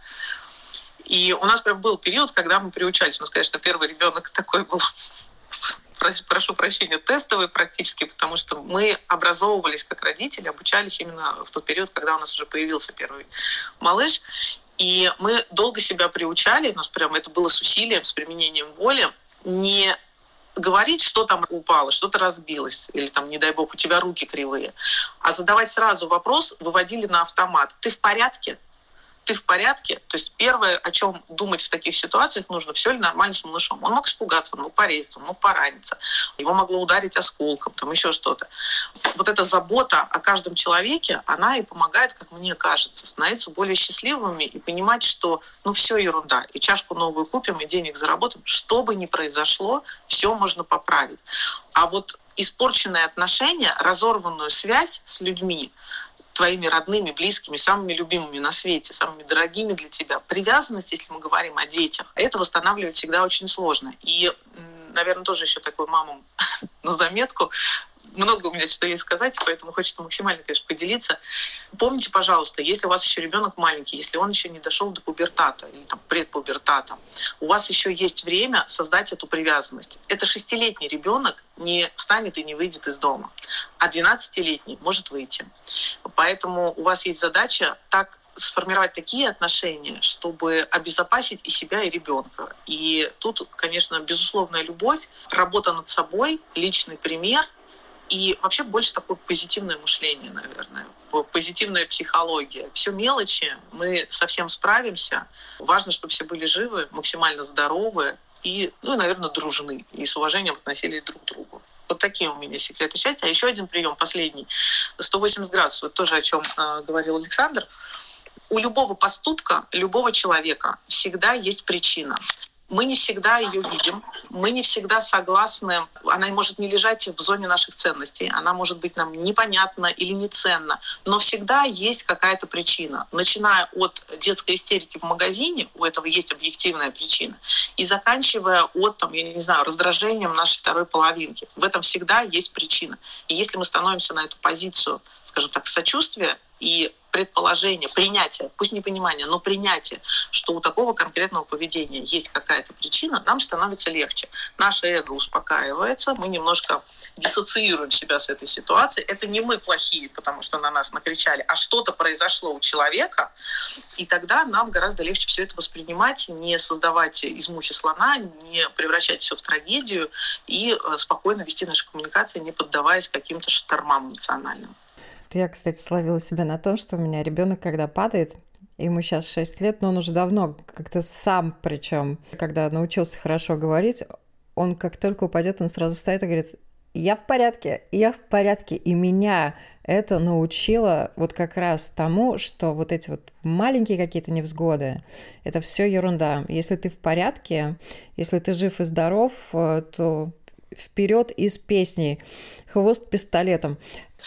И у нас прям был период, когда мы приучались. У нас, конечно, первый ребенок такой был, прошу прощения, тестовый практически, потому что мы образовывались как родители, обучались именно в тот период, когда у нас уже появился первый малыш. И мы долго себя приучали, у нас прям это было с усилием, с применением воли, не говорить, что там упало, что-то разбилось, или там, не дай бог, у тебя руки кривые, а задавать сразу вопрос, выводили на автомат. Ты в порядке? Ты в порядке? То есть первое, о чем думать в таких ситуациях нужно, все ли нормально с малышом. Он мог испугаться, он мог порезаться, он мог пораниться, его могло ударить осколком, там еще что-то. Вот эта забота о каждом человеке, она и помогает, как мне кажется, становиться более счастливыми и понимать, что ну все ерунда, и чашку новую купим, и денег заработаем. Что бы ни произошло, все можно поправить. А вот испорченные отношения, разорванную связь с людьми, твоими родными, близкими, самыми любимыми на свете, самыми дорогими для тебя. Привязанность, если мы говорим о детях, это восстанавливать всегда очень сложно. И, наверное, тоже еще такую маму на заметку. Много у меня что есть сказать, поэтому хочется максимально, конечно, поделиться. Помните, пожалуйста, если у вас еще ребенок маленький, если он еще не дошел до пубертата или там, предпубертата, у вас еще есть время создать эту привязанность. Это шестилетний ребенок не встанет и не выйдет из дома, а двенадцатилетний может выйти. Поэтому у вас есть задача так сформировать такие отношения, чтобы обезопасить и себя, и ребенка. И тут, конечно, безусловная любовь, работа над собой, личный пример — и вообще больше такое позитивное мышление, наверное, позитивная психология. Все мелочи, мы совсем справимся. Важно, чтобы все были живы, максимально здоровы и, ну, наверное, дружны и с уважением относились друг к другу. Вот такие у меня секреты счастья. А еще один прием, последний. сто восемьдесят градусов, это тоже о чем э, говорил Александр. У любого поступка, любого человека всегда есть причина. Мы не всегда ее видим, мы не всегда согласны, она может не лежать в зоне наших ценностей, она может быть нам непонятна или не ценна, но всегда есть какая-то причина. Начиная от детской истерики в магазине, у этого есть объективная причина, и заканчивая от, там, я не знаю, раздражением нашей второй половинки. В этом всегда есть причина. И если мы становимся на эту позицию, скажем так, сочувствия и предположение, принятие, пусть не понимание, но принятие, что у такого конкретного поведения есть какая-то причина, нам становится легче. Наше эго успокаивается, мы немножко диссоциируем себя с этой ситуацией. Это не мы плохие, потому что на нас накричали, а что-то произошло у человека, и тогда нам гораздо легче все это воспринимать, не создавать из мухи слона, не превращать все в трагедию и спокойно вести наши коммуникации, не поддаваясь каким-то штормам эмоциональным.
Я, кстати, словила себя на том, что у меня ребенок, когда падает, ему сейчас шесть лет, но он уже давно как-то сам, причем, когда научился хорошо говорить, он как только упадет, он сразу встает и говорит: я в порядке, я в порядке. И меня это научило вот как раз тому, что вот эти вот маленькие какие-то невзгоды, это все ерунда. Если ты в порядке, если ты жив и здоров, то вперед из песни, хвост пистолетом.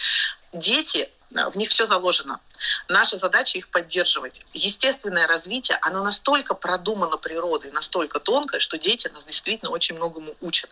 Дети, в них все заложено. Наша задача их поддерживать. Естественное развитие, оно настолько продумано природой, настолько тонкое, что дети нас действительно очень многому учат.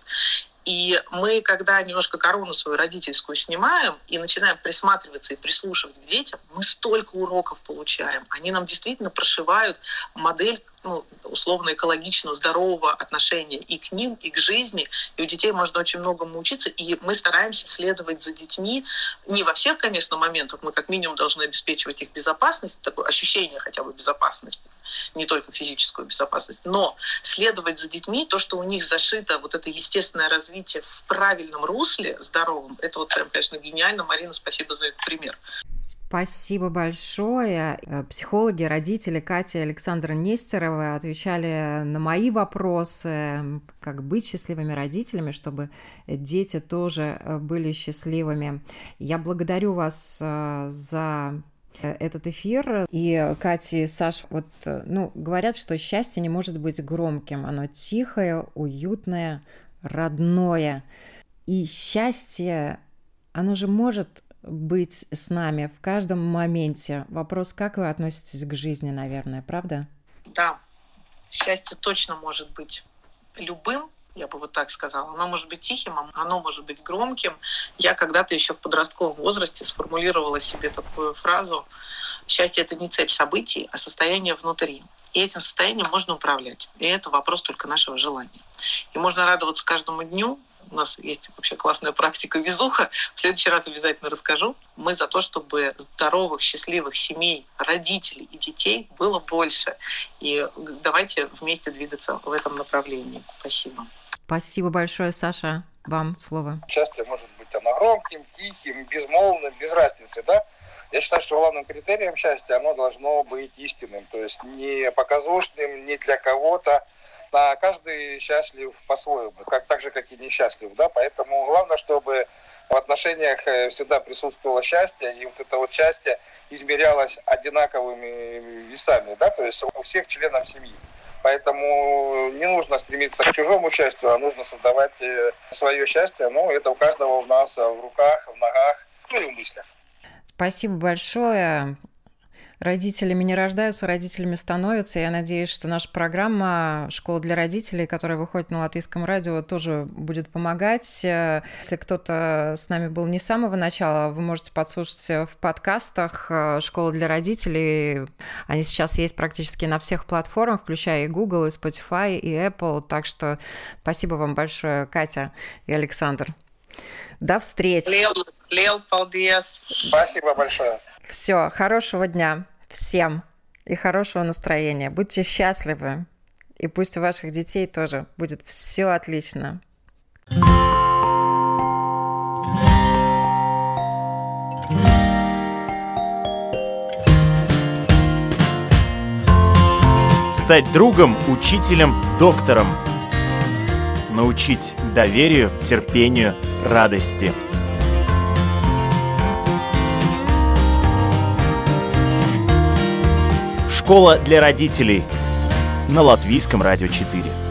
И мы, когда немножко корону свою родительскую снимаем и начинаем присматриваться и прислушивать к детям, мы столько уроков получаем. Они нам действительно прошивают модель, ну, условно экологичного, здорового отношения и к ним, и к жизни. И у детей можно очень многому учиться. И мы стараемся следовать за детьми. Не во всех, конечно, моментах. Мы как минимум должны обеспечивать их безопасность, такое ощущение хотя бы безопасности, не только физическую безопасность. Но следовать за детьми, то, что у них зашито вот это естественное развитие в правильном русле, здоровом, это вот прям, конечно, гениально. Марина, спасибо за этот пример.
Спасибо большое. Психологи, родители Катя и Александра Нестеровы отвечали на мои вопросы, как быть счастливыми родителями, чтобы дети тоже были счастливыми. Я благодарю вас за этот эфир. И Катя и Саша, вот, ну, говорят, что счастье не может быть громким. Оно тихое, уютное, родное. И счастье, оно же может быть с нами в каждом моменте. Вопрос, как вы относитесь к жизни, наверное, правда?
Да, счастье точно может быть любым, я бы вот так сказала. Оно может быть тихим, оно может быть громким. Я когда-то еще в подростковом возрасте сформулировала себе такую фразу: счастье — это не цепь событий, а состояние внутри. И этим состоянием можно управлять. И это вопрос только нашего желания. И можно радоваться каждому дню. У нас есть вообще классная практика везуха. В следующий раз обязательно расскажу. Мы за то, чтобы здоровых, счастливых семей, родителей и детей было больше. И давайте вместе двигаться в этом направлении. Спасибо.
Спасибо большое, Саша. Вам слово.
Счастье может быть оно громким, тихим, безмолвным, без разницы, да? Я считаю, что главным критерием счастья оно должно быть истинным, то есть не показушным, не для кого-то. А каждый счастлив по-своему, как, так же, как и несчастлив, да, поэтому главное, чтобы в отношениях всегда присутствовало счастье, и вот это вот счастье измерялось одинаковыми весами, да, то есть у всех членов семьи. Поэтому не нужно стремиться к чужому счастью, а нужно создавать свое счастье, ну, это у каждого у нас в руках, в ногах, ну, и в мыслях.
Спасибо большое. Родителями не рождаются, родителями становятся. Я надеюсь, что наша программа «Школа для родителей», которая выходит на Латвийском радио, тоже будет помогать. Если кто-то с нами был не с самого начала, вы можете подслушать в подкастах «Школа для родителей». Они сейчас есть практически на всех платформах, включая и Google, и Spotify, и Apple. Так что спасибо вам большое, Катя и Александр. До встречи.
Лел, Лел, paldies.
Спасибо большое.
Все, хорошего дня всем и хорошего настроения. Будьте счастливы. И пусть у ваших детей тоже будет все отлично.
Стать другом, учителем, доктором. Научить доверию, терпению, радости. Школа для родителей на Латвийском радио четыре.